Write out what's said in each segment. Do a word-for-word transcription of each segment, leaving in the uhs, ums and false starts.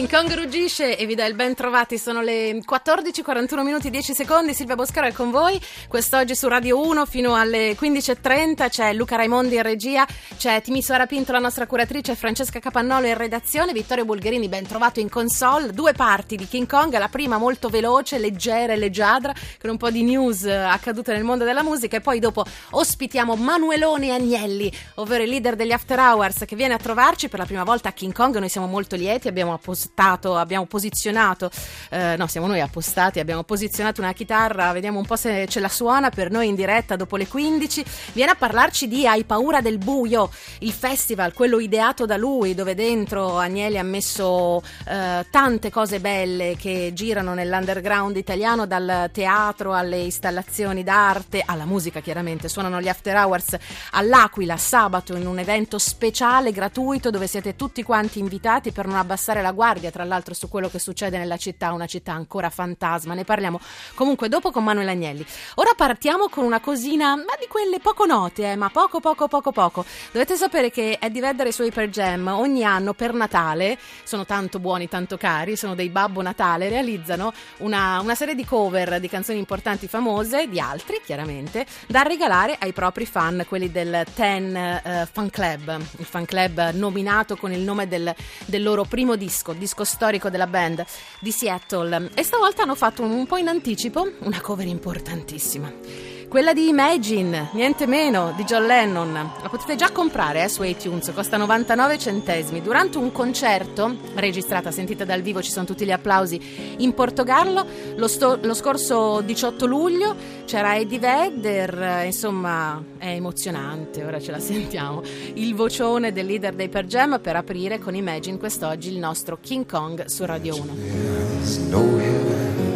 King Kong ruggisce e vi dà il ben trovati. Sono le quattordici, quarantuno minuti, dieci secondi. Silvia Boscaro è con voi quest'oggi su Radio uno fino alle quindici e trenta. C'è Luca Raimondi in regia, c'è Timisoara Pinto, la nostra curatrice, Francesca Capannolo in redazione, Vittorio Bulgherini ben trovato in console. Due parti di King Kong, la prima molto veloce, leggera e leggiadra, con un po' di news accadute nel mondo della musica, e poi dopo ospitiamo Manuelone Agnelli, ovvero il leader degli After Hours, che viene a trovarci per la prima volta a King Kong. Noi siamo molto lieti, abbiamo appostato, abbiamo posizionato, eh, no siamo noi appostati, abbiamo posizionato una chitarra, vediamo un po' se ce la suona per noi in diretta dopo le quindici. Viene a parlarci di Hai paura del buio, il festival, quello ideato da lui, dove dentro Agnelli ha messo eh, tante cose belle che girano nell'underground italiano, dal teatro alle installazioni d'arte, alla musica chiaramente. Suonano gli After Hours all'Aquila sabato in un evento speciale gratuito dove siete tutti quanti invitati per non abbassare la guardia, tra l'altro, su quello che succede nella città, una città ancora fantasma. Ne parliamo comunque dopo con Manuel Agnelli. Ora partiamo con una cosina, ma di quelle poco note, eh, ma poco poco poco poco. Dovete sapere che Eddie Vedder e i suoi Pearl Jam ogni anno per Natale, sono tanto buoni, tanto cari, sono dei Babbo Natale, realizzano una, una serie di cover di canzoni importanti, famose, di altri chiaramente, da regalare ai propri fan, quelli del Ten uh, Fan Club, il fan club nominato con il nome del, del loro primo disco, disco storico della band di Seattle. E stavolta hanno fatto un, un po' in anticipo una cover importantissima, quella di Imagine, niente meno, di John Lennon. La potete già comprare eh, su iTunes, costa novantanove centesimi. Durante un concerto registrata, sentita dal vivo, ci sono tutti gli applausi, in Portogallo lo, sto, lo scorso diciotto luglio c'era Eddie Vedder, insomma è emozionante, ora ce la sentiamo, il vocione del leader dei Pearl Jam per aprire con Imagine quest'oggi il nostro King Kong su Radio uno.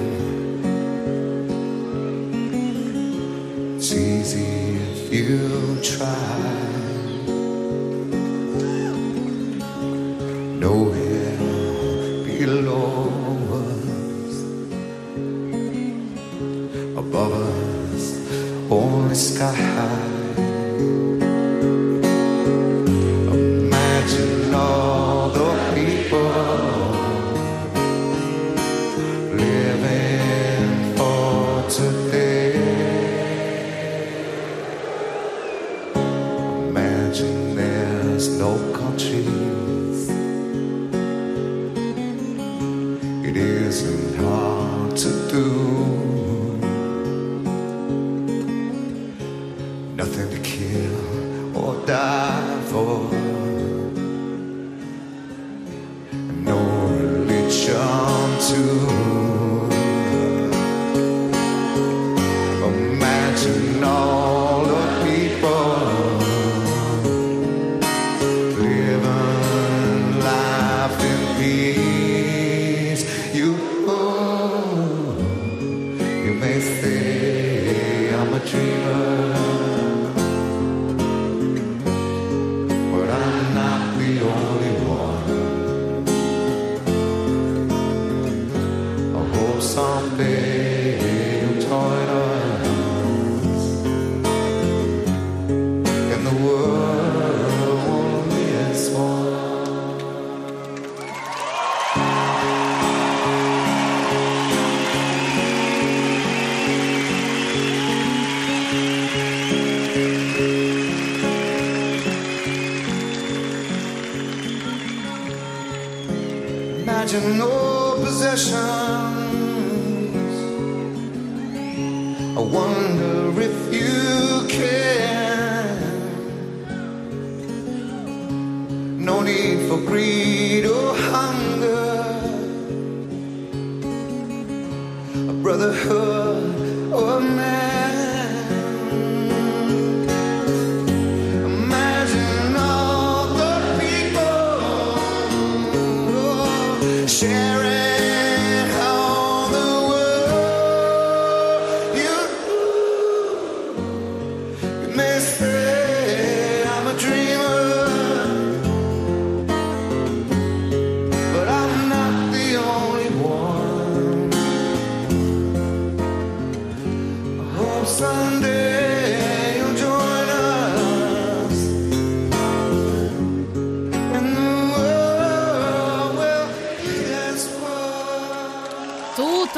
It's easy if you try. No hell below us, above us only sky high. Imagine all the people living for today. No countries, it isn't hard to do. Nothing to kill or die for. No religion too. Imagine all the people imagine no possessions. I wonder if you can. No need for greed or hunger, a brotherhood or a man. Imagine all the people sharing all the world. You, you may say I'm a dreamer, but I'm not the only one. I hope someday you'll join us, and the world will be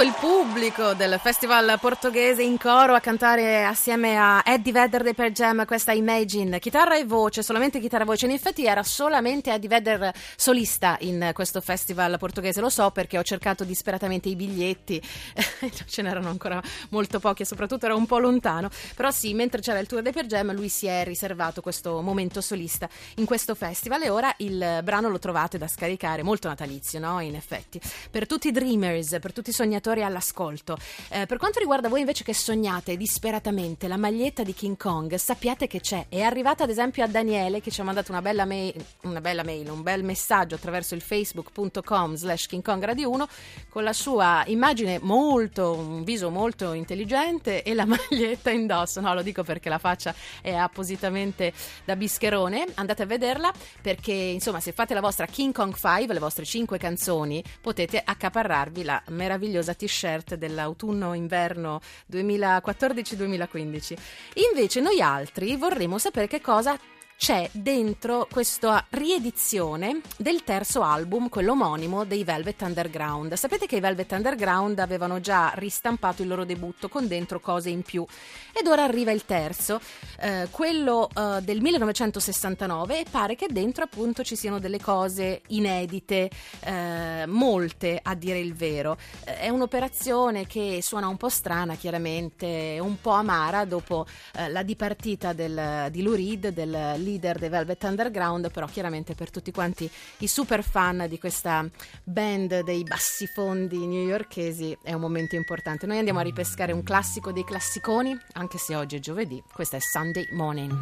tutto il pubblico del Festival Portoghese in coro a cantare assieme a Eddie Vedder dei Pearl Jam questa Imagine, chitarra e voce, solamente chitarra e voce. In effetti era solamente Eddie Vedder solista in questo Festival Portoghese, lo so perché ho cercato disperatamente i biglietti, ce n'erano ancora molto pochi e soprattutto era un po' lontano, però sì, mentre c'era il tour dei Pearl Jam lui si è riservato questo momento solista in questo festival e ora il brano lo trovate da scaricare, molto natalizio, no? In effetti, per tutti i dreamers, per tutti i sognatori all'ascolto. Eh, per quanto riguarda voi invece che sognate disperatamente la maglietta di King Kong, sappiate che c'è. È arrivata ad esempio a Daniele che ci ha mandato una bella mail, una bella mail, un bel messaggio attraverso il facebook punto com slash King Kong Radio uno con la sua immagine molto, un viso molto intelligente e la maglietta indosso. No, lo dico perché la faccia è appositamente da bischerone. Andate a vederla perché insomma se fate la vostra King Kong cinque, le vostre cinque canzoni, potete accaparrarvi la meravigliosa t-shirt dell'autunno-inverno duemilaquattordici duemilaquindici. Invece noi altri vorremmo sapere che cosa c'è dentro questa riedizione del terzo album, quello omonimo dei Velvet Underground. Sapete che i Velvet Underground avevano già ristampato il loro debutto con dentro cose in più ed ora arriva il terzo, eh, quello eh, del millenovecentosessantanove, e pare che dentro appunto ci siano delle cose inedite, eh, molte a dire il vero. Eh, è un'operazione che suona un po' strana, chiaramente un po' amara dopo eh, la dipartita del, di Lou Reed, del leader dei Velvet Underground, però chiaramente per tutti quanti i super fan di questa band dei bassifondi newyorkesi è un momento importante. Noi andiamo a ripescare un classico dei classiconi, anche se oggi è giovedì. Questa è Sunday Morning.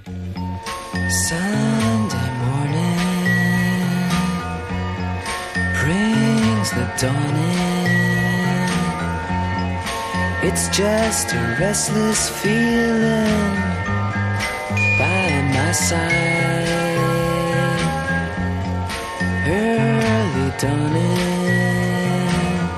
Sunday morning brings the dawn in. It's just a restless feeling by my side, early dawning,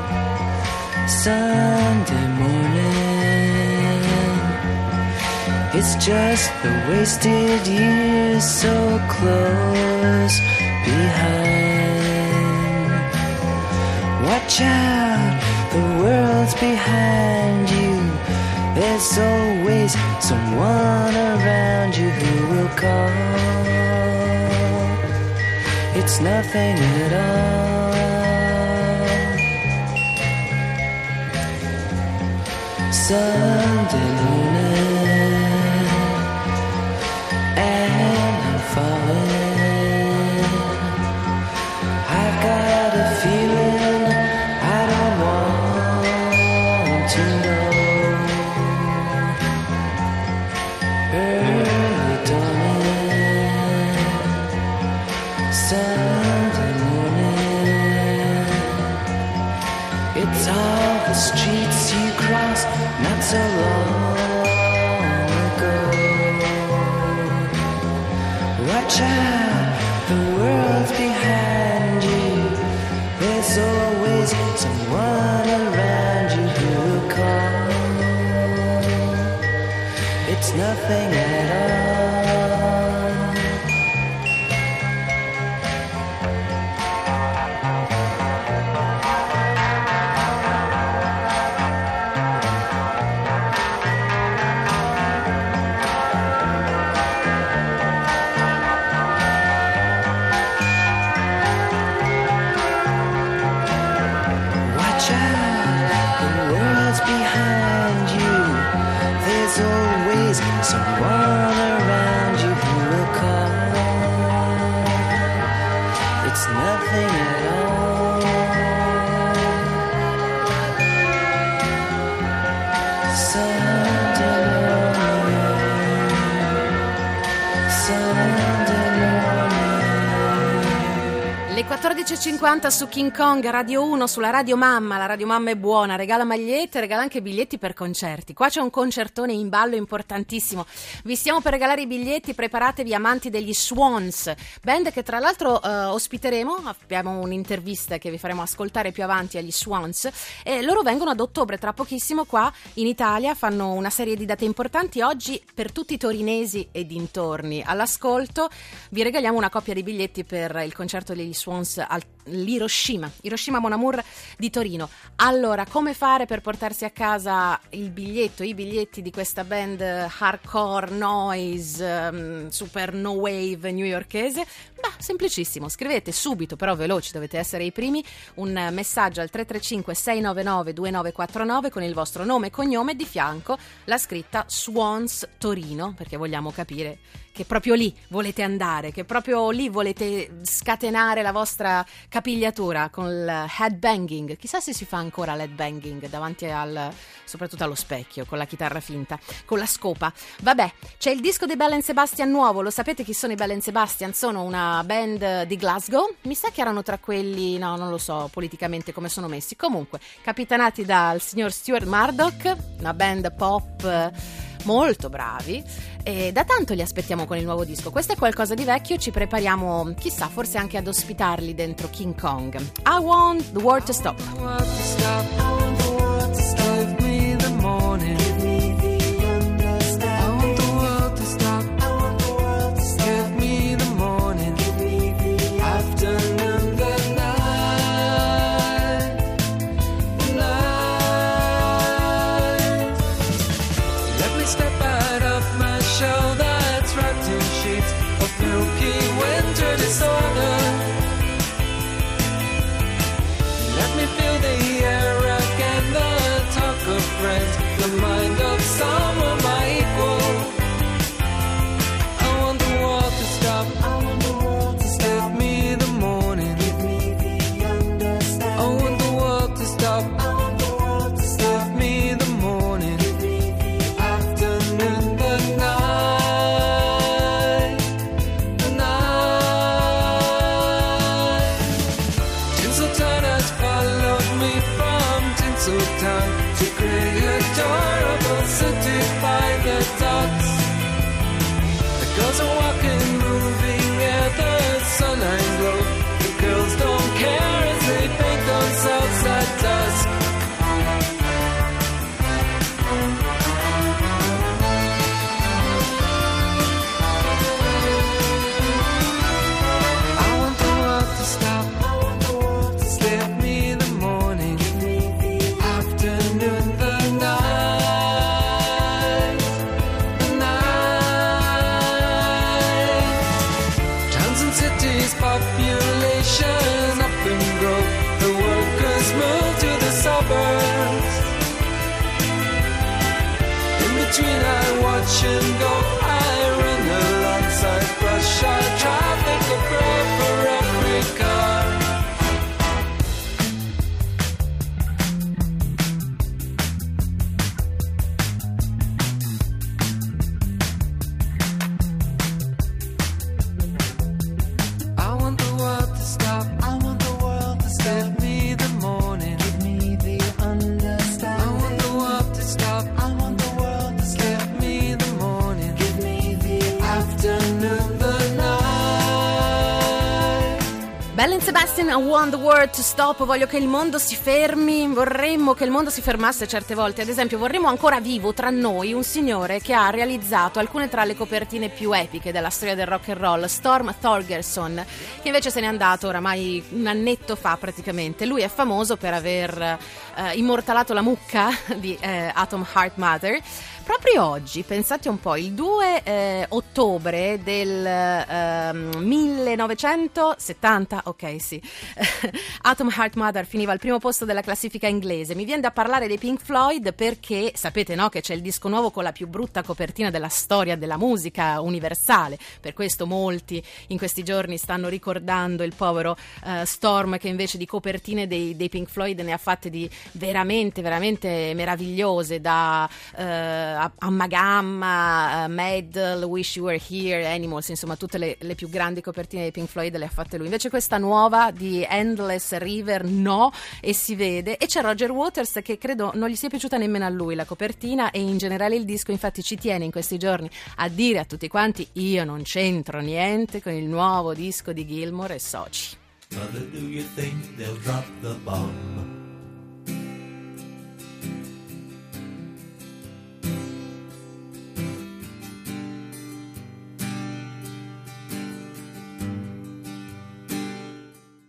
Sunday morning. It's just the wasted years so close behind. Watch out, the world's behind you. There's always someone around you who will call. It's nothing at all. Sunday morning, and I'm falling. I've got a feeling I don't want to know. Sunday morning, it's all the streets you crossed not so long ago. Watch out, the world's behind you. There's always someone around you who will call. It's nothing at all. Someone around you who will call. It's nothing at all. Sunday morning, Sunday morning. Le quattordici e cinquanta su King Kong Radio uno, sulla Radio Mamma. La Radio Mamma è buona, regala magliette, regala anche biglietti per concerti. Qua c'è un concertone in ballo importantissimo. Vi stiamo per regalare i biglietti, preparatevi amanti degli Swans, band che tra l'altro eh, ospiteremo. Abbiamo un'intervista che vi faremo ascoltare più avanti agli Swans e loro vengono ad ottobre, tra pochissimo qua in Italia, fanno una serie di date importanti. Oggi per tutti i torinesi e dintorni all'ascolto vi regaliamo una coppia di biglietti per il concerto degli Swans al l'Hiroshima, Hiroshima Mon Amour di Torino. Allora, come fare per portarsi a casa il biglietto, i biglietti di questa band hardcore, noise, um, super no wave newyorkese? Beh, semplicissimo, scrivete subito, però veloci, dovete essere i primi, un messaggio al tre tre cinque sei nove nove due nove quattro nove con il vostro nome e cognome, di fianco la scritta Swans Torino, perché vogliamo capire che proprio lì volete andare, che proprio lì volete scatenare la vostra capigliatura con il headbanging. Chissà se si fa ancora l'headbanging davanti al, soprattutto allo specchio, con la chitarra finta, con la scopa. Vabbè, c'è il disco dei Belle and Sebastian nuovo. Lo sapete chi sono i Belle and Sebastian? Sono una band di Glasgow, mi sa che erano tra quelli, no, non lo so politicamente come sono messi, comunque capitanati dal signor Stuart Murdoch, una band pop molto bravi, e da tanto li aspettiamo con il nuovo disco. Questo è qualcosa di vecchio, ci prepariamo chissà forse anche ad ospitarli dentro King Kong. I want the world to stop. I watch and go, I run alongside rush hour traffic, a prayer for every car. I want the world to stop, I want the world to stop. Give me the morning, give me the understanding. I want the world to stop, I want the world to stop. Give me the morning, give me the afternoon, the night. Belle and Sebastian, I want the world to stop. Voglio che il mondo si fermi. Vorremmo che il mondo si fermasse certe volte. Ad esempio, vorremmo ancora vivo tra noi un signore che ha realizzato alcune tra le copertine più epiche della storia del rock and roll, Storm Thorgerson, che invece se n'è andato oramai un annetto fa praticamente. Lui è famoso per aver eh, immortalato la mucca di eh, Atom Heart Mother. Proprio oggi, pensate un po', il due eh, ottobre del eh, millenovecentosettanta, ok sì, Atom Heart Mother finiva al primo posto della classifica inglese. Mi viene da parlare dei Pink Floyd perché sapete, no, che c'è il disco nuovo con la più brutta copertina della storia della musica universale. Per questo molti in questi giorni stanno ricordando il povero eh, Storm, che invece di copertine dei, dei Pink Floyd ne ha fatte di veramente, veramente meravigliose, da eh, Ammagamma, uh, Mad, Wish You Were Here, Animals, insomma tutte le, le più grandi copertine dei Pink Floyd le ha fatte lui. Invece questa nuova di Endless River no, e si vede. E c'è Roger Waters che credo non gli sia piaciuta nemmeno a lui la copertina e in generale il disco. Infatti ci tiene in questi giorni a dire a tutti quanti: io non c'entro niente con il nuovo disco di Gilmour e soci. Mother, do you think they'll drop the bomb?